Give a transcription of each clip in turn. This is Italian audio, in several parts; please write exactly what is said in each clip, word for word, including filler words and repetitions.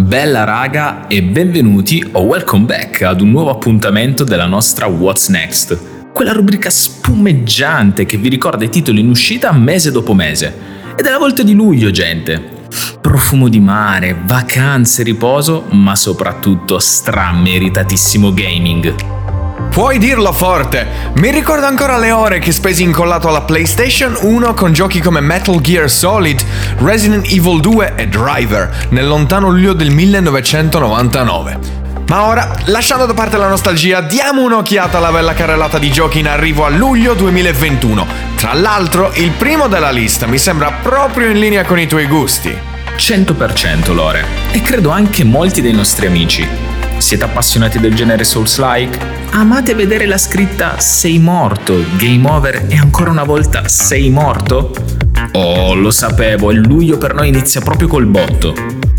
Bella raga e benvenuti o welcome back ad un nuovo appuntamento della nostra What's Next, quella rubrica spumeggiante che vi ricorda i titoli in uscita mese dopo mese. Ed è la volta di luglio, gente. Profumo di mare, vacanze, riposo, ma soprattutto strameritatissimo gaming. Puoi dirlo forte! Mi ricordo ancora le ore che spesi incollato alla PlayStation uno con giochi come Metal Gear Solid, Resident Evil due e Driver, nel lontano luglio del millenovecentonovantanove. Ma ora, lasciando da parte la nostalgia, diamo un'occhiata alla bella carrellata di giochi in arrivo a luglio duemilaventuno. Tra l'altro, il primo della lista mi sembra proprio in linea con i tuoi gusti. cento per cento Lore, e credo anche molti dei nostri amici. Siete appassionati del genere Souls-like? Amate vedere la scritta "sei morto", "game over" e ancora una volta "sei morto"? Oh, lo sapevo, il luglio per noi inizia proprio col botto.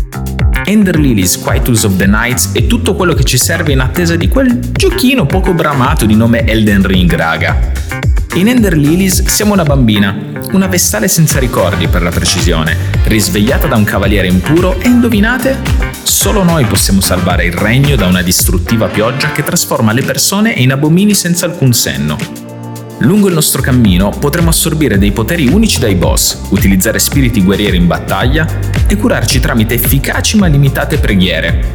Ender Lilies, Quietus of the Nights è tutto quello che ci serve in attesa di quel giochino poco bramato di nome Elden Ring, raga. In Ender Lilies siamo una bambina, una vestale senza ricordi per la precisione, risvegliata da un cavaliere impuro e indovinate? Solo noi possiamo salvare il regno da una distruttiva pioggia che trasforma le persone in abomini senza alcun senno. Lungo il nostro cammino potremo assorbire dei poteri unici dai boss, utilizzare spiriti guerrieri in battaglia e curarci tramite efficaci ma limitate preghiere.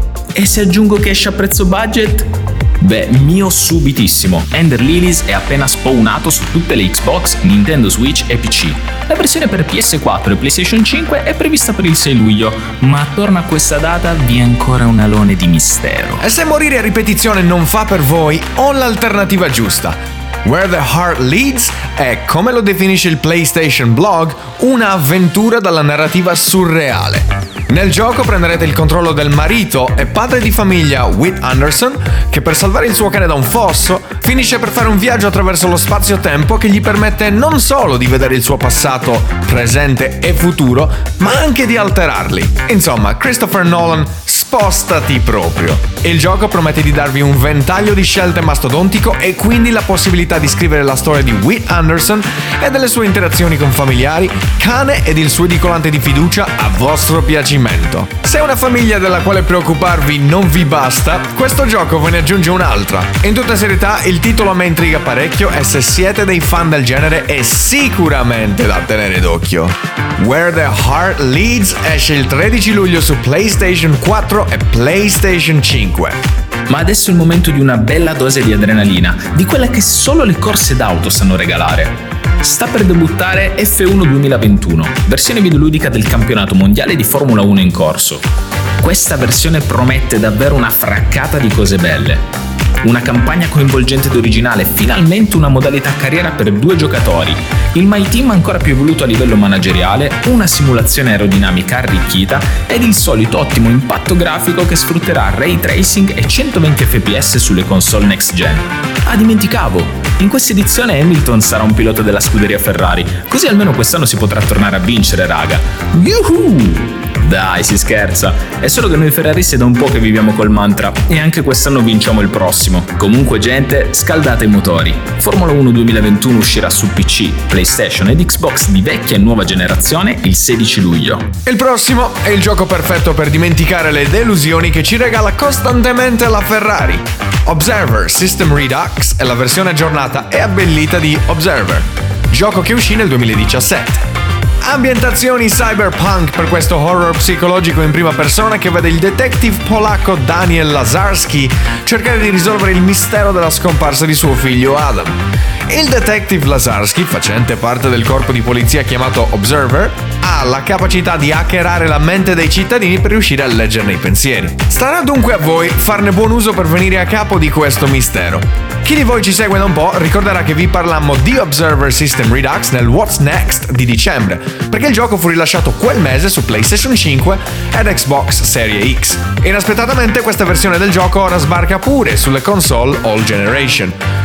E se aggiungo che esce a prezzo budget? Beh, mio subitissimo, Ender Lilies è appena spawnato su tutte le Xbox, Nintendo Switch e P C. La versione per P S quattro e PlayStation cinque è prevista per il sei luglio, ma attorno a questa data vi è ancora un alone di mistero. E se morire a ripetizione non fa per voi, ho l'alternativa giusta. Where the Heart Leads è, come lo definisce il PlayStation Blog, una avventura dalla narrativa surreale. Nel gioco prenderete il controllo del marito e padre di famiglia Whit Anderson, che per salvare il suo cane da un fosso finisce per fare un viaggio attraverso lo spazio-tempo che gli permette non solo di vedere il suo passato, presente e futuro, ma anche di alterarli. Insomma, Christopher Nolan, spostati proprio. Il gioco promette di darvi un ventaglio di scelte mastodontico e quindi la possibilità di scrivere la storia di Whit Anderson e delle sue interazioni con familiari, cane ed il suo edicolante di fiducia a vostro piacimento. Se una famiglia della quale preoccuparvi non vi basta, questo gioco ve ne aggiunge un'altra. In tutta serietà, il titolo a me intriga parecchio e se siete dei fan del genere è sicuramente da tenere d'occhio. Where the Heart Leads esce il tredici luglio su PlayStation quattro e PlayStation cinque. Ma adesso è il momento di una bella dose di adrenalina, di quella che solo le corse d'auto sanno regalare. Sta per debuttare F uno duemilaventuno, versione videoludica del campionato mondiale di Formula uno in corso. Questa versione promette davvero una fraccata di cose belle. Una campagna coinvolgente ed originale, finalmente una modalità carriera per due giocatori, il My Team ancora più evoluto a livello manageriale, una simulazione aerodinamica arricchita ed il solito ottimo impatto grafico che sfrutterà ray tracing e centoventi effe pi esse sulle console next gen. Ah, dimenticavo! In questa edizione Hamilton sarà un pilota della scuderia Ferrari, così almeno quest'anno si potrà tornare a vincere, raga. Yuhu! Dai, si scherza, è solo che noi ferraristi è da un po' che viviamo col mantra e anche quest'anno vinciamo il prossimo. Comunque gente, scaldate i motori. Formula uno duemilaventuno uscirà su P C, PlayStation ed Xbox di vecchia e nuova generazione il sedici luglio. Il prossimo è il gioco perfetto per dimenticare le delusioni che ci regala costantemente la Ferrari. Observer System Redux è la versione aggiornata e abbellita di Observer, gioco che uscì nel duemiladiciassette. Ambientazioni cyberpunk per questo horror psicologico in prima persona che vede il detective polacco Daniel Lazarski cercare di risolvere il mistero della scomparsa di suo figlio Adam. Il detective Lazarski, facente parte del corpo di polizia chiamato Observer, ha la capacità di hackerare la mente dei cittadini per riuscire a leggerne i pensieri. Starà dunque a voi farne buon uso per venire a capo di questo mistero. Chi di voi ci segue da un po' ricorderà che vi parlammo di Observer System Redux nel What's Next di dicembre, perché il gioco fu rilasciato quel mese su PlayStation cinque ed Xbox Series X. Inaspettatamente questa versione del gioco ora sbarca pure sulle console All Generation.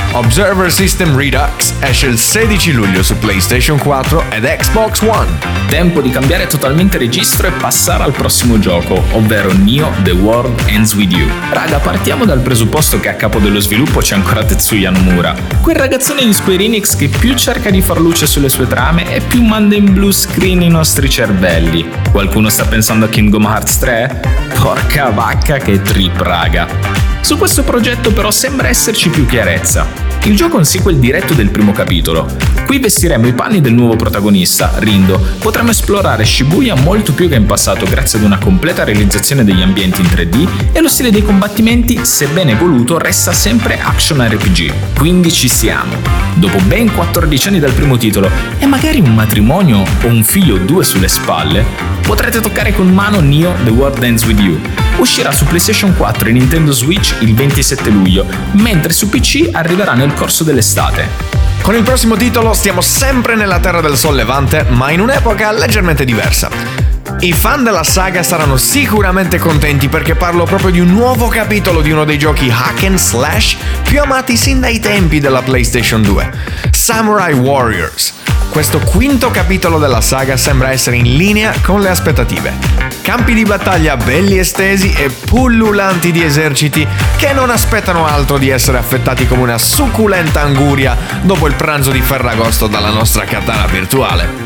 Observer System Redux esce il sedici luglio su PlayStation quattro ed Xbox One. Tempo di cambiare totalmente registro e passare al prossimo gioco, ovvero Nioh The World Ends With You. Raga, partiamo dal presupposto che a capo dello sviluppo c'è ancora Tetsuya Nomura, quel ragazzone di Square Enix che più cerca di far luce sulle sue trame e più manda in blue screen i nostri cervelli. Qualcuno sta pensando a Kingdom Hearts tre? Porca vacca che trip, raga. Su questo progetto però sembra esserci più chiarezza. Il gioco è un sequel diretto del primo capitolo. Qui vestiremo i panni del nuovo protagonista, Rindo. Potremo esplorare Shibuya molto più che in passato grazie ad una completa realizzazione degli ambienti in tre D e lo stile dei combattimenti, sebbene evoluto, resta sempre action R P G. Quindi ci siamo. Dopo ben quattordici anni dal primo titolo e magari un matrimonio o un figlio o due sulle spalle, potrete toccare con mano Nioh The World Ends With You. Uscirà su PlayStation quattro e Nintendo Switch il ventisette luglio, mentre su P C arriverà nel corso dell'estate. Con il prossimo titolo stiamo sempre nella Terra del Sol Levante, ma in un'epoca leggermente diversa. I fan della saga saranno sicuramente contenti perché parlo proprio di un nuovo capitolo di uno dei giochi hack and slash più amati sin dai tempi della PlayStation due, Samurai Warriors. Questo quinto capitolo della saga sembra essere in linea con le aspettative. Campi di battaglia belli estesi e pullulanti di eserciti che non aspettano altro di essere affettati come una succulenta anguria dopo il pranzo di Ferragosto dalla nostra katana virtuale.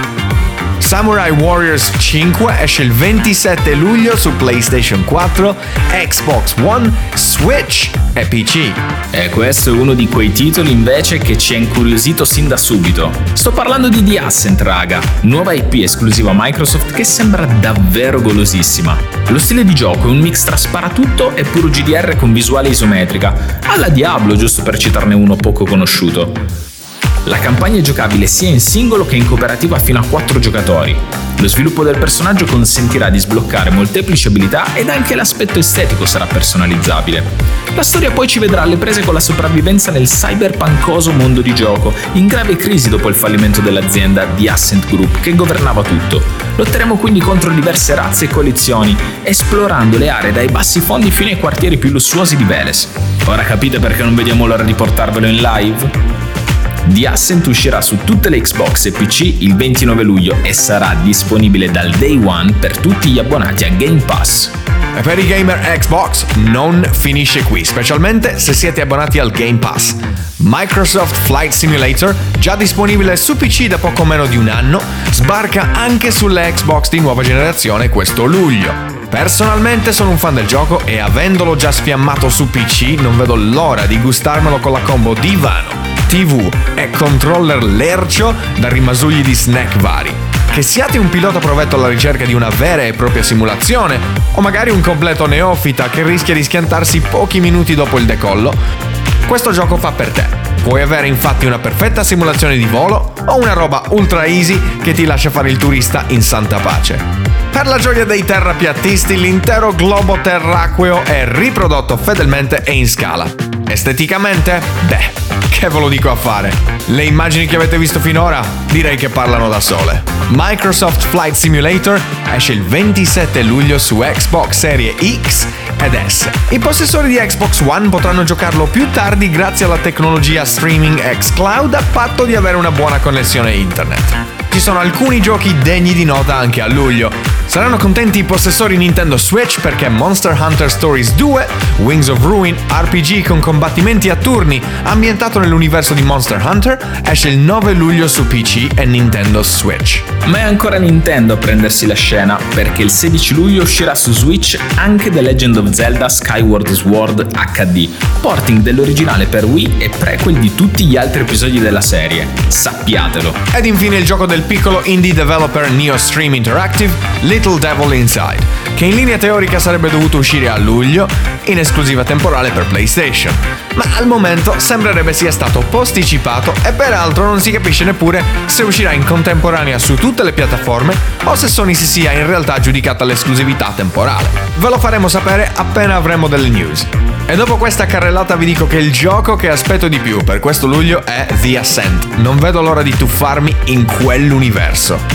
Samurai Warriors cinque esce il ventisette luglio su PlayStation quattro, Xbox One, Switch e P C. E questo è uno di quei titoli invece che ci ha incuriosito sin da subito. Sto parlando di The Ascent, raga, nuova I P esclusiva Microsoft che sembra davvero golosissima. Lo stile di gioco è un mix tra sparatutto e puro G D R con visuale isometrica, alla Diablo giusto per citarne uno poco conosciuto. La campagna è giocabile sia in singolo che in cooperativa fino a quattro giocatori. Lo sviluppo del personaggio consentirà di sbloccare molteplici abilità ed anche l'aspetto estetico sarà personalizzabile. La storia poi ci vedrà alle prese con la sopravvivenza nel cyberpunkoso mondo di gioco, in grave crisi dopo il fallimento dell'azienda The Ascent Group che governava tutto. Lotteremo quindi contro diverse razze e coalizioni, esplorando le aree dai bassi fondi fino ai quartieri più lussuosi di Veles. Ora capite perché non vediamo l'ora di portarvelo in live? The Ascent uscirà su tutte le Xbox e P C il ventinove luglio e sarà disponibile dal day one per tutti gli abbonati a Game Pass. E per i gamer Xbox non finisce qui, specialmente se siete abbonati al Game Pass. Microsoft Flight Simulator, già disponibile su P C da poco meno di un anno, sbarca anche sulle Xbox di nuova generazione questo luglio. Personalmente sono un fan del gioco e avendolo già sfiammato su P C non vedo l'ora di gustarmelo con la combo divano, tivù e controller lercio da rimasugli di snack vari. Che siate un pilota provetto alla ricerca di una vera e propria simulazione o magari un completo neofita che rischia di schiantarsi pochi minuti dopo il decollo, questo gioco fa per te. Puoi avere infatti una perfetta simulazione di volo o una roba ultra easy che ti lascia fare il turista in santa pace. Per la gioia dei terrapiattisti, l'intero globo terracqueo è riprodotto fedelmente e in scala. Esteticamente? Beh, che ve lo dico a fare? Le immagini che avete visto finora direi che parlano da sole. Microsoft Flight Simulator esce il ventisette luglio su Xbox Serie X ed S. I possessori di Xbox One potranno giocarlo più tardi grazie alla tecnologia streaming xCloud a patto di avere una buona connessione internet. Ci sono alcuni giochi degni di nota anche a luglio. Saranno contenti i possessori Nintendo Switch perché Monster Hunter Stories due, Wings of Ruin, R P G con combattimenti a turni, ambientato nell'universo di Monster Hunter, esce il nove luglio su P C e Nintendo Switch. Ma è ancora Nintendo a prendersi la scena, perché il sedici luglio uscirà su Switch anche The Legend of Zelda Skyward Sword H D, porting dell'originale per Wii e prequel di tutti gli altri episodi della serie. Sappiatelo. Ed infine il gioco del piccolo indie developer NeoStream Interactive, Little Devil Inside, che in linea teorica sarebbe dovuto uscire a luglio, in esclusiva temporale per PlayStation, ma al momento sembrerebbe sia stato posticipato e peraltro non si capisce neppure se uscirà in contemporanea su tutte le piattaforme o se Sony si sia in realtà aggiudicata l'esclusività temporale. Ve lo faremo sapere appena avremo delle news. E dopo questa carrellata vi dico che il gioco che aspetto di più per questo luglio è The Ascent. Non vedo l'ora di tuffarmi in quell'universo.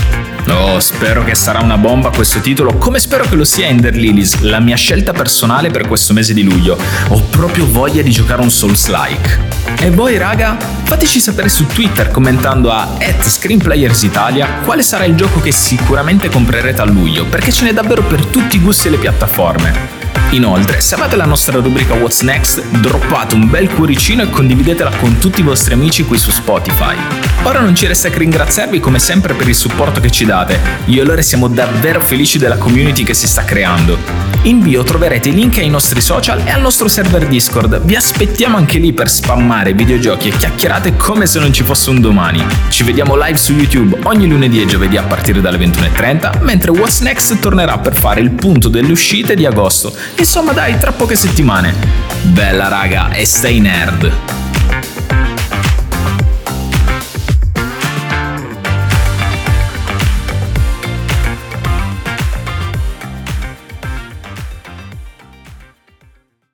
Oh, spero che sarà una bomba questo titolo, come spero che lo sia Ender Lilies, la mia scelta personale per questo mese di luglio. Ho proprio voglia di giocare un Souls-like. E voi raga? Fateci sapere su Twitter commentando a at screenplayersitalia quale sarà il gioco che sicuramente comprerete a luglio, perché ce n'è davvero per tutti i gusti e le piattaforme. Inoltre, se amate la nostra rubrica What's Next, droppate un bel cuoricino e condividetela con tutti i vostri amici qui su Spotify. Ora non ci resta che ringraziarvi come sempre per il supporto che ci date. Io e Lore siamo davvero felici della community che si sta creando. In bio troverete i link ai nostri social e al nostro server Discord. Vi aspettiamo anche lì per spammare videogiochi e chiacchierate come se non ci fosse un domani. Ci vediamo live su YouTube ogni lunedì e giovedì a partire dalle ventuno e trenta, mentre What's Next tornerà per fare il punto delle uscite di agosto. Insomma dai, tra poche settimane. Bella raga, e stay nerd!